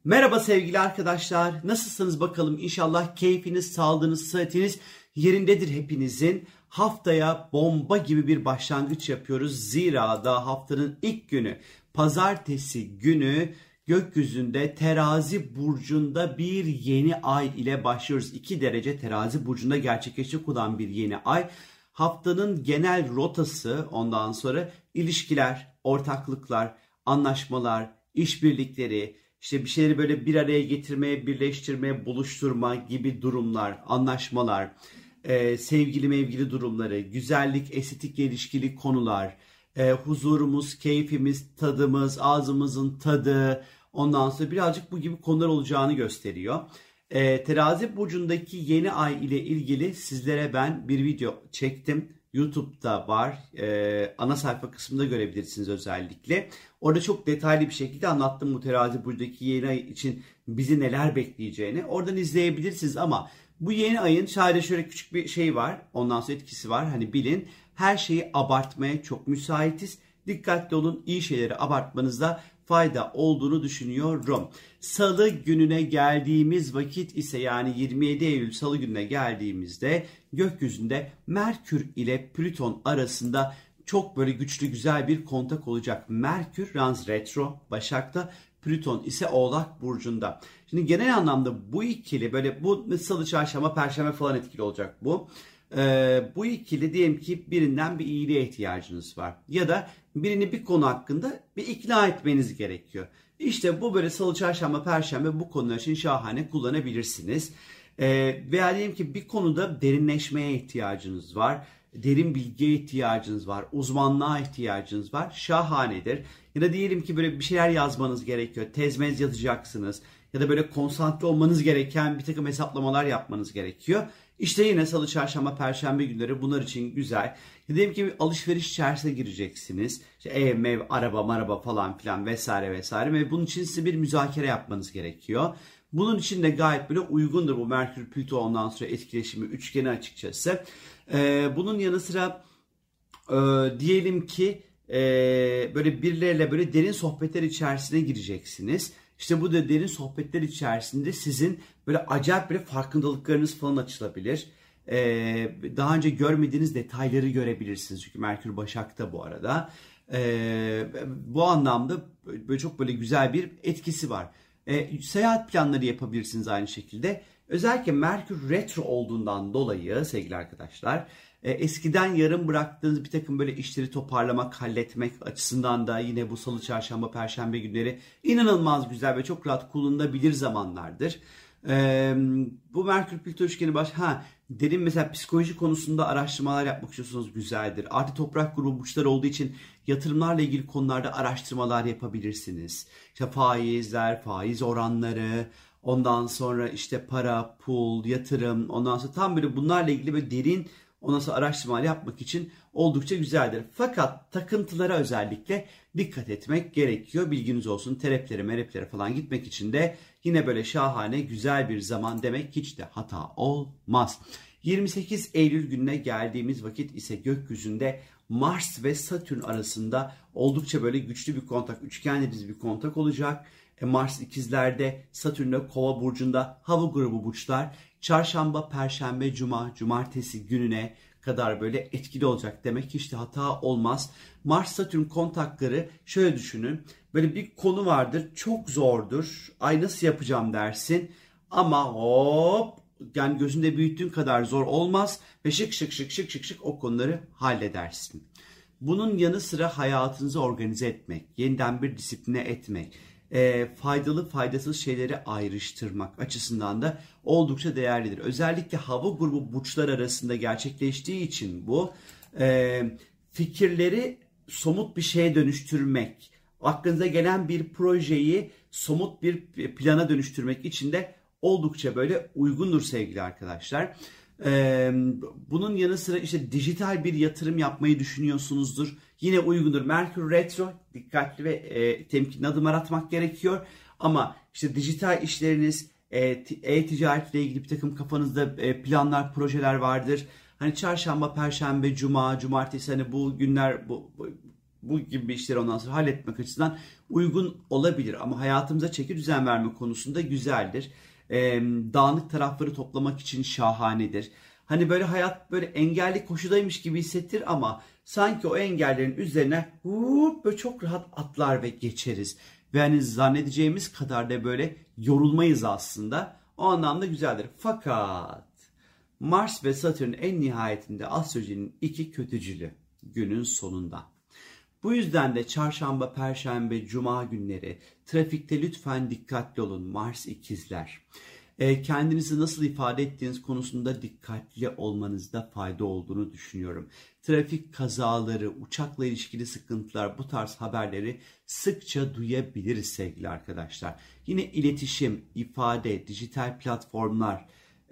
Merhaba sevgili arkadaşlar. Nasılsınız bakalım? İnşallah keyfiniz, sağlığınız, sıhhatiniz yerindedir hepinizin. Haftaya bomba gibi bir başlangıç yapıyoruz. Zira da haftanın ilk günü, pazartesi günü gökyüzünde Terazi burcunda bir yeni ay ile başlıyoruz. 2 derece Terazi burcunda gerçekleşecek olan bir yeni ay. Haftanın genel rotası, ondan sonra ilişkiler, ortaklıklar, anlaşmalar, işbirlikleri, İşte bir şeyleri böyle bir araya getirmeye, birleştirmeye, buluşturma gibi durumlar, anlaşmalar, sevgili mevgili durumları, güzellik, estetikle ilişkili konular, huzurumuz, keyfimiz, tadımız, ağzımızın tadı, ondan sonra birazcık bu gibi konular olacağını gösteriyor. Terazi burcundaki yeni ay ile ilgili sizlere ben bir video çektim. YouTube'da var. Ana sayfa kısmında görebilirsiniz özellikle. Orada çok detaylı bir şekilde anlattım bu Terazi burcundaki yeni ay için bizi neler bekleyeceğini. Oradan izleyebilirsiniz ama bu yeni ayın sadece şöyle küçük bir şey var. Ondan sonra etkisi var. Hani bilin, her şeyi abartmaya çok müsaitiz. Dikkatli olun, iyi şeyleri abartmanızda fayda olduğunu düşünüyorum. Salı gününe geldiğimiz vakit ise, yani 27 Eylül Salı gününe geldiğimizde gökyüzünde Merkür ile Plüton arasında çok böyle güçlü, güzel bir kontak olacak. Merkür Rans retro Başak'ta, Plüton ise Oğlak burcunda. Şimdi genel anlamda bu ikili böyle, bu Salı, Çarşamba, Perşembe falan etkili olacak bu. Bu ikili, diyelim ki birinden bir iyiliğe ihtiyacınız var. Ya da birini bir konu hakkında bir ikna etmeniz gerekiyor. İşte bu böyle Salı, Çarşamba, Perşembe bu konular için şahane kullanabilirsiniz. Veya diyelim ki bir konuda derinleşmeye ihtiyacınız var. Derin bilgiye ihtiyacınız var. Uzmanlığa ihtiyacınız var. Şahanedir. Ya da diyelim ki böyle bir şeyler yazmanız gerekiyor. Tezmez yazacaksınız. Ya da böyle konsantre olmanız gereken bir takım hesaplamalar yapmanız gerekiyor. İşte yine Salı, Çarşamba, Perşembe günleri bunlar için güzel. Ya diyelim ki bir alışveriş içerisine gireceksiniz. İşte ev, mev, araba, maraba falan filan vesaire vesaire. Ve bunun için size bir müzakere yapmanız gerekiyor. Bunun için de gayet böyle uygundur bu Merkür Plüto ondan sonra etkileşimi, üçgeni açıkçası. Bunun yanı sıra diyelim ki böyle birileriyle böyle derin sohbetler içerisine gireceksiniz. İşte bu da derin sohbetler içerisinde sizin böyle acayip bir farkındalıklarınız falan açılabilir. Daha önce görmediğiniz detayları görebilirsiniz. Çünkü Merkür Başak'ta bu arada. Bu anlamda böyle çok böyle güzel bir etkisi var. Seyahat planları yapabilirsiniz aynı şekilde. Özellikle Merkür retro olduğundan dolayı sevgili arkadaşlar, eskiden yarım bıraktığınız bir takım böyle işleri toparlamak, halletmek açısından da yine bu Salı, Çarşamba, Perşembe günleri inanılmaz güzel ve çok rahat kullanılabilir zamanlardır. Bu Merkür Plüto üçgeni derin mesela psikoloji konusunda araştırmalar yapmak istiyorsanız güzeldir. Artı toprak grubu burçları olduğu için yatırımlarla ilgili konularda araştırmalar yapabilirsiniz. İşte faizler, faiz oranları, ondan sonra işte para, pul, yatırım, ondan sonra tam böyle bunlarla ilgili böyle derin ondan sonra araştırmalar yapmak için oldukça güzeldir. Fakat takıntılara özellikle dikkat etmek gerekiyor. Bilginiz olsun, teraplere, mereplere falan gitmek için de yine böyle şahane, güzel bir zaman demek hiç de hata olmaz. 28 Eylül gününe geldiğimiz vakit ise gökyüzünde Mars ve Satürn arasında oldukça böyle güçlü bir kontak, üçgen dediğimiz bir kontak olacak. Mars ikizlerde, Satürn de Kova burcunda, hava grubu burçlar. Çarşamba, Perşembe, Cuma, Cumartesi gününe kadar böyle etkili olacak demek hiç de hata olmaz. Mars-Satürn kontakları şöyle düşünün. Böyle bir konu vardır, çok zordur. Ay nasıl yapacağım dersin. Ama hop, yani gözünde büyüttüğün kadar zor olmaz ve şık şık o konuları halledersin. Bunun yanı sıra hayatınızı organize etmek, yeniden bir disipline etmek, faydalı faydasız şeyleri ayrıştırmak açısından da oldukça değerlidir. Özellikle hava grubu burçlar arasında gerçekleştiği için bu fikirleri somut bir şeye dönüştürmek, aklınıza gelen bir projeyi somut bir plana dönüştürmek için de oldukça böyle uygundur sevgili arkadaşlar. Bunun yanı sıra işte dijital bir yatırım yapmayı düşünüyorsunuzdur. Yine uygundur. Merkür retro, dikkatli ve temkinli adımlar atmak gerekiyor. Ama işte dijital işleriniz, e-ticaretle ilgili bir takım kafanızda planlar, projeler vardır. Hani çarşamba, perşembe, cuma, cumartesi, hani bu günler bu gibi işleri ondan sonra halletmek açısından uygun olabilir. Ama hayatımıza çeki düzen verme konusunda güzeldir. Dağınık tarafları toplamak için şahanedir. Hani böyle hayat böyle engelli koşudaymış gibi hissettir ama sanki o engellerin üzerine böyle çok rahat atlar ve geçeriz. Ve hani zannedeceğimiz kadar da böyle yorulmayız aslında. O anlamda güzeldir. Fakat Mars ve Satürn en nihayetinde astrolojinin iki kötücülü günün sonunda. Bu yüzden de çarşamba, perşembe, cuma günleri trafikte lütfen dikkatli olun Mars ikizler. Kendinizi nasıl ifade ettiğiniz konusunda dikkatli olmanızda fayda olduğunu düşünüyorum. Trafik kazaları, uçakla ilişkili sıkıntılar, bu tarz haberleri sıkça duyabiliriz sevgili arkadaşlar. Yine iletişim, ifade, dijital platformlar,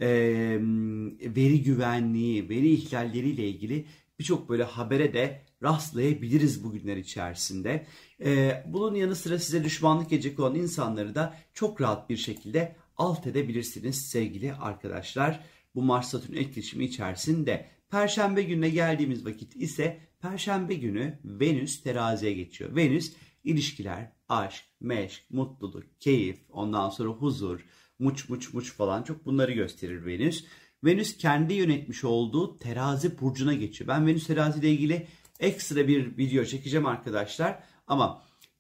veri güvenliği, veri ihlalleriyle ilgili birçok böyle habere de rastlayabiliriz bugünler içerisinde. Bunun yanı sıra size düşmanlık edecek olan insanları da çok rahat bir şekilde alt edebilirsiniz sevgili arkadaşlar. Bu Mars-Satürn etkileşimi içerisinde. Perşembe gününe geldiğimiz vakit ise Perşembe günü Venüs teraziye geçiyor. Venüs ilişkiler, aşk, meşk, mutluluk, keyif, ondan sonra huzur, muç falan çok bunları gösterir Venüs. Venüs kendi yönetmiş olduğu terazi burcuna geçiyor. Ben Venüs terazi ile ilgili ekstra bir video çekeceğim arkadaşlar. Ama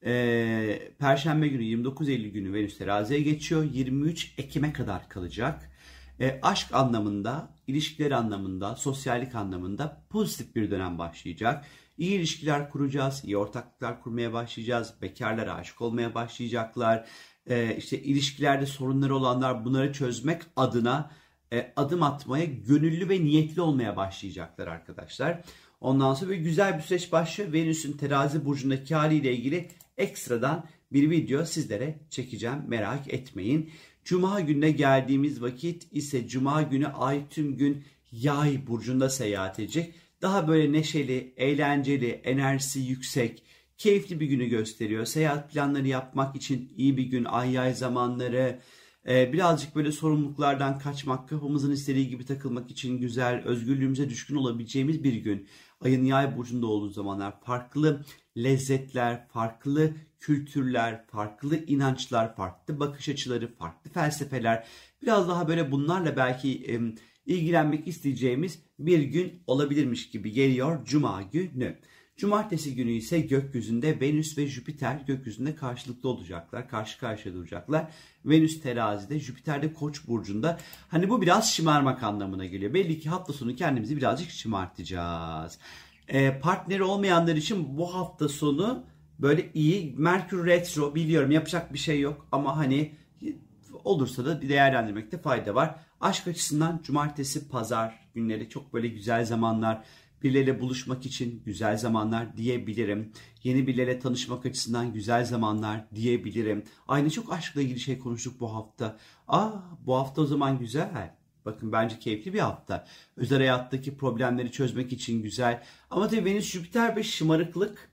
Perşembe günü 29 Eylül günü Venüs teraziye geçiyor. 23 Ekim'e kadar kalacak. Aşk anlamında, ilişkiler anlamında, sosyallik anlamında pozitif bir dönem başlayacak. İyi ilişkiler kuracağız, iyi ortaklıklar kurmaya başlayacağız. Bekarlar aşık olmaya başlayacaklar. İşte ilişkilerde sorunları olanlar bunları çözmek adına adım atmaya gönüllü ve niyetli olmaya başlayacaklar arkadaşlar. Ondan sonra güzel bir süreç başlıyor. Venüs'ün terazi burcundaki haliyle ilgili ekstradan bir video sizlere çekeceğim. Merak etmeyin. Cuma gününe geldiğimiz vakit ise Cuma günü Ay tüm gün Yay burcunda seyahat edecek. Daha böyle neşeli, eğlenceli, enerjisi yüksek, keyifli bir günü gösteriyor. Seyahat planları yapmak için iyi bir gün, Ay Yay zamanları. Birazcık böyle sorumluluklardan kaçmak, kafamızın istediği gibi takılmak için güzel, özgürlüğümüze düşkün olabileceğimiz bir gün. Ayın Yay burcunda olduğu zamanlar farklı lezzetler, farklı kültürler, farklı inançlar, farklı bakış açıları, farklı felsefeler. Biraz daha böyle bunlarla belki ilgilenmek isteyeceğimiz bir gün olabilirmiş gibi geliyor Cuma günü. Cumartesi günü ise gökyüzünde Venüs ve Jüpiter gökyüzünde karşılıklı olacaklar. Karşı karşıya duracaklar. Venüs terazide, Jüpiter de Koç burcunda. Hani bu biraz şımarmak anlamına geliyor. Belli ki hafta sonu kendimizi birazcık şımartacağız. Partneri olmayanlar için bu hafta sonu böyle iyi. Merkür retro, biliyorum yapacak bir şey yok ama hani olursa da değerlendirmekte fayda var. Aşk açısından cumartesi, pazar günleri çok böyle güzel zamanlar. Birileriyle buluşmak için güzel zamanlar diyebilirim. Yeni birileriyle tanışmak açısından güzel zamanlar diyebilirim. Aynı çok aşkla ilgili şey konuştuk bu hafta. Bu hafta o zaman güzel. Bakın bence keyifli bir hafta. Özel hayattaki problemleri çözmek için güzel. Ama tabii Venüs, Jüpiter ve şımarıklık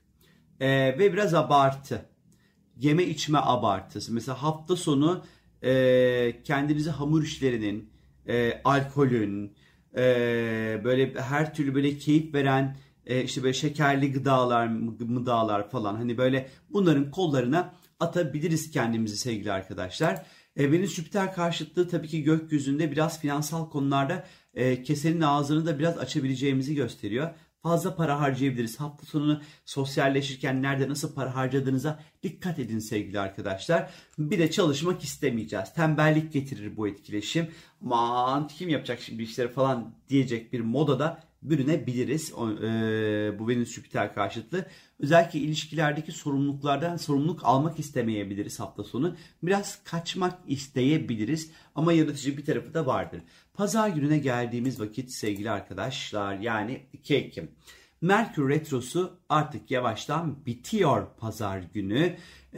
ve biraz abartı. Yeme içme abartısı. Mesela hafta sonu kendinizi hamur işlerinin, alkolün, böyle her türlü böyle keyif veren işte böyle şekerli gıdalar falan, hani böyle bunların kollarına atabiliriz kendimizi sevgili arkadaşlar. Venüs Jüpiter karşıtlığı tabii ki gökyüzünde biraz finansal konularda kesenin ağzını da biraz açabileceğimizi gösteriyor. Fazla para harcayabiliriz. Hafta sonunu sosyalleşirken nerede nasıl para harcadığınıza dikkat edin sevgili arkadaşlar. Bir de çalışmak istemeyeceğiz. Tembellik getirir bu etkileşim. Aman kim yapacak şimdi işleri falan diyecek bir modada bürünebiliriz. Bu Venüs Jüpiter karşıtlığı. Özellikle ilişkilerdeki sorumluluklardan sorumluluk almak istemeyebiliriz hafta sonu. Biraz kaçmak isteyebiliriz ama yaratıcı bir tarafı da vardır. Pazar gününe geldiğimiz vakit sevgili arkadaşlar, yani 2 Ekim. Merkür Retrosu artık yavaştan bitiyor pazar günü.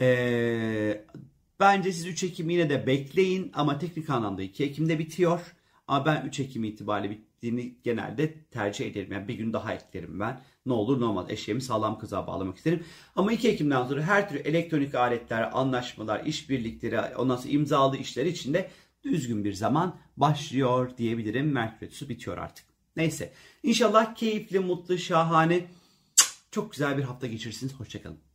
Bence siz 3 Ekim yine de bekleyin ama teknik anlamda 2 Ekim'de bitiyor. Ama ben 3 Ekim itibariyle bittiğini genelde tercih ederim. Yani bir gün daha eklerim ben. Ne olur ne olmaz, eşeğimi sağlam kıza bağlamak isterim. Ama 2 Ekim'den sonra her türlü elektronik aletler, anlaşmalar, işbirlikleri, ondan sonra imzalı işler için de düzgün bir zaman başlıyor diyebilirim. Merkür Retrosu bitiyor artık. Neyse. İnşallah keyifli, mutlu, şahane, Çok güzel bir hafta geçirirsiniz. Hoşçakalın.